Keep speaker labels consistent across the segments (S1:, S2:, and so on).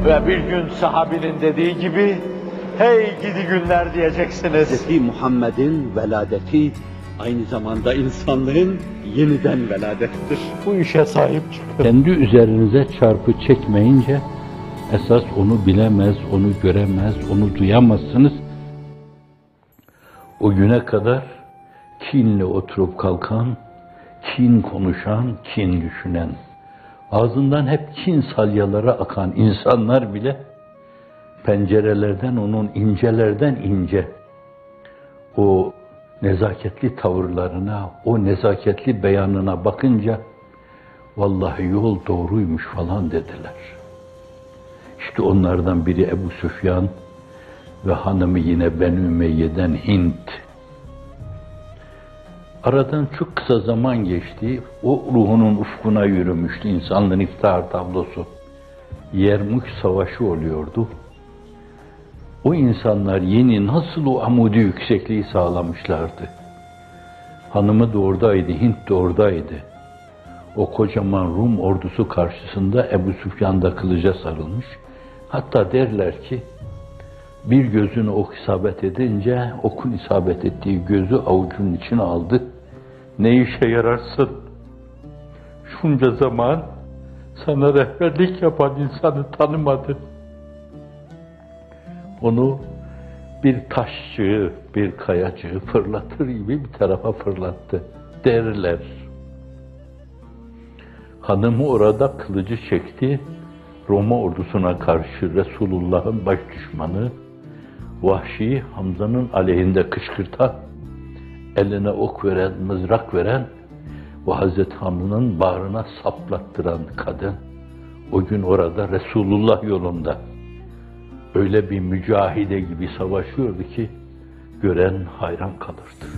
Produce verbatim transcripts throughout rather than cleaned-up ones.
S1: Ve bir gün sahabinin dediği gibi, hey gidi günler diyeceksiniz.
S2: Hazreti Muhammed'in veladeti aynı zamanda insanlığın yeniden veladettir.
S1: Bu işe sahip çıkın.
S3: Kendi üzerinize çarpı çekmeyince, esas onu bilemez, onu göremez, onu duyamazsınız. O güne kadar kinle oturup kalkan, kin konuşan, kin düşünen, ağzından hep kin salyaları akan insanlar bile, pencerelerden onun incelerden ince, o nezaketli tavırlarına, o nezaketli beyanına bakınca, vallahi yol doğruymuş falan dediler. İşte onlardan biri Ebu Süfyan ve hanımı yine Beni Ümeyye'den Hint. Aradan çok kısa zaman geçti, o ruhunun ufkuna yürümüştü insanlığın iftihar tablosu. Yermük Savaşı oluyordu. O insanlar yeni nasıl o amudi yüksekliği sağlamışlardı. Hanımı da oradaydı, Hint de oradaydı. O kocaman Rum ordusu karşısında Ebu Süfyan da kılıca sarılmış. Hatta derler ki, bir gözünü ok isabet edince, okun isabet ettiği gözü avucunun içine aldı. Ne işe yararsın? Şunca zaman sana rehberlik yapan insanı tanımadın. Onu bir taşçı, bir kayacı fırlatır gibi bir tarafa fırlattı derler. Hanımı orada kılıcı çekti, Roma ordusuna karşı Resulullah'ın baş düşmanı, Vahşi Hamza'nın aleyhinde kışkırtan, eline ok veren, mızrak veren ve Hazreti Hamza'nın bağrına saplattıran kadın, o gün orada Resulullah yolunda öyle bir mücahide gibi savaşıyordu ki, gören hayran kalırdı.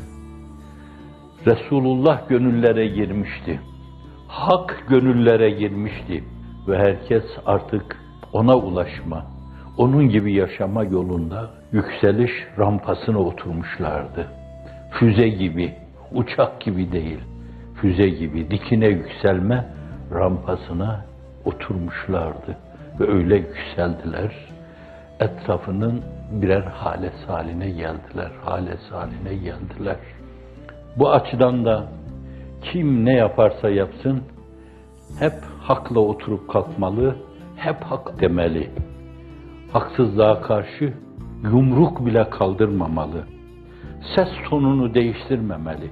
S3: Resulullah gönüllere girmişti. Hak gönüllere girmişti. Ve herkes artık ona ulaşma, onun gibi yaşama yolunda yükseliş rampasına oturmuşlardı. Füze gibi, uçak gibi değil, füze gibi dikine yükselme rampasına oturmuşlardı. Ve öyle yükseldiler, etrafının birer hales haline geldiler, hales haline geldiler. Bu açıdan da kim ne yaparsa yapsın, hep hakla oturup kalkmalı, hep hak demeli. Haksızlığa karşı yumruk bile kaldırmamalı. Ses tonunu değiştirmemeli.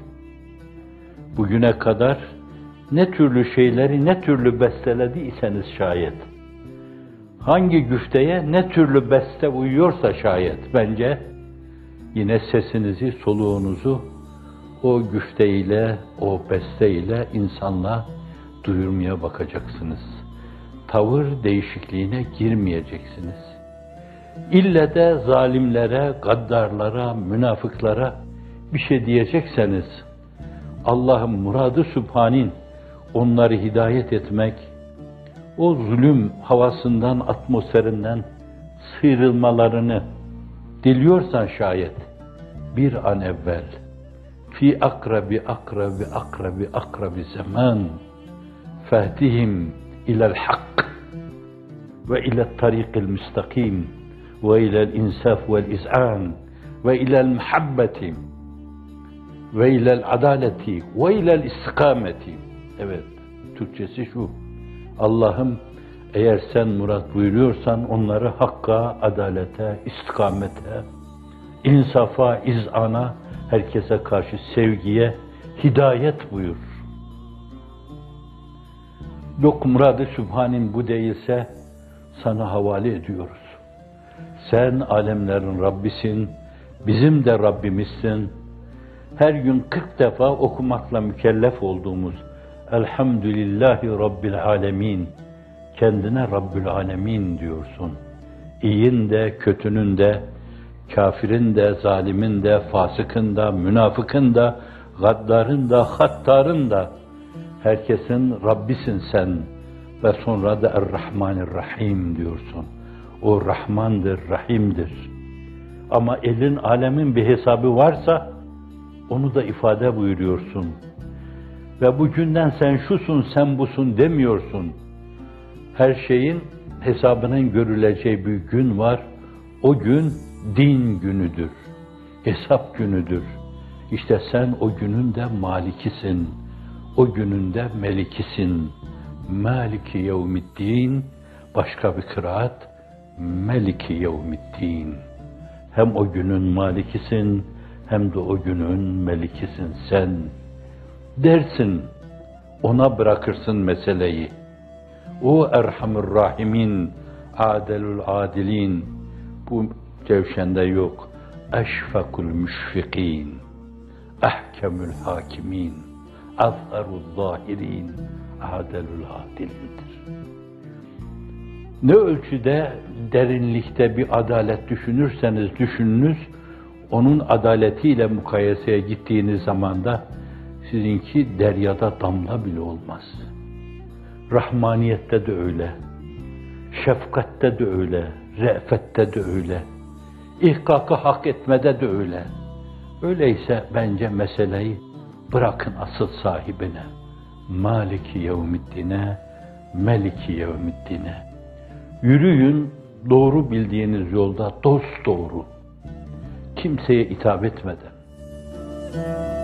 S3: Bugüne kadar ne türlü şeyleri ne türlü bestelediyseniz şayet, hangi güfteye ne türlü beste uyuyorsa şayet, bence yine sesinizi, soluğunuzu o güfteyle, o besteyle insanla duyurmaya bakacaksınız. Tavır değişikliğine girmeyeceksiniz. İlle de zalimlere, gaddarlara, münafıklara bir şey diyecekseniz, Allah'ın muradı Sübhanin, onları hidayet etmek, o zulüm havasından, atmosferinden sıyrılmalarını diliyorsan şayet, bir an evvel, fi akrabi akrabi akrabi akrabi zaman, فَهْدِهِمْ اِلَى الْحَقِّ وَاِلَى الطَّرِيقِ الْمُسْتَقِيمِ وَاِلَى الْاِنْسَافِ وَالْاِزْعَانِ وَاِلَى الْمُحَبَّةِ وَاِلَى الْعَدَالَةِ وَاِلَى الْاِسْتِقَامَةِ. Evet, Türkçesi şu: Allah'ım, eğer sen murat buyuruyorsan onları hakka, adalete, istikamete, insafa, iz'ana, herkese karşı sevgiye hidayet buyur. Yok muradı Sübhanin bu değilse sana havale ediyoruz. Sen alemlerin Rabbisin, bizim de Rabbimizsin. Her gün kırk defa okumakla mükellef olduğumuz Elhamdülillahi Rabbil Alemin, kendine Rabbül Alemin diyorsun. İyin de, kötünün de, kafirin de, zalimin de, fasıkın da, münafıkın da, gaddarın da, hattarın da, herkesin Rabbisin sen ve sonra da Er-Rahmanir-Rahim diyorsun. O Rahmandır, Rahim'dir. Ama elin, alemin bir hesabı varsa onu da ifade buyuruyorsun. Ve bugünden sen şusun, sen busun demiyorsun. Her şeyin hesabının görüleceği bir gün var. O gün din günüdür. Hesap günüdür. İşte sen o günün de malikisin. O günün de melikisin. Maliki yevmiddin. Başka bir kıraat. Meliki yevmiddin. Hem o günün malikisin, hem de o günün melikisin sen. Dersin, ona bırakırsın meseleyi. O Erhamur Rahimin, Adelül Adilin, bu Cevşen'de yok. Eşfakul Müşfikin, Ahkemül Hakimin, Azharul Zahirin, Adelül Adilindir. Ne ölçüde derinlikte bir adalet düşünürseniz düşününüz, onun adaletiyle mukayeseye gittiğiniz zaman da sizinki deryada damla bile olmaz. Rahmaniyette de öyle, şefkatte de öyle, re'fette de öyle, ihkakı hak etmede de öyle. Öyleyse bence meseleyi bırakın asıl sahibine, Maliki yevmiddine, Meliki yevmiddine. Yürüyün doğru bildiğiniz yolda dost doğru, kimseye hitap etmeden.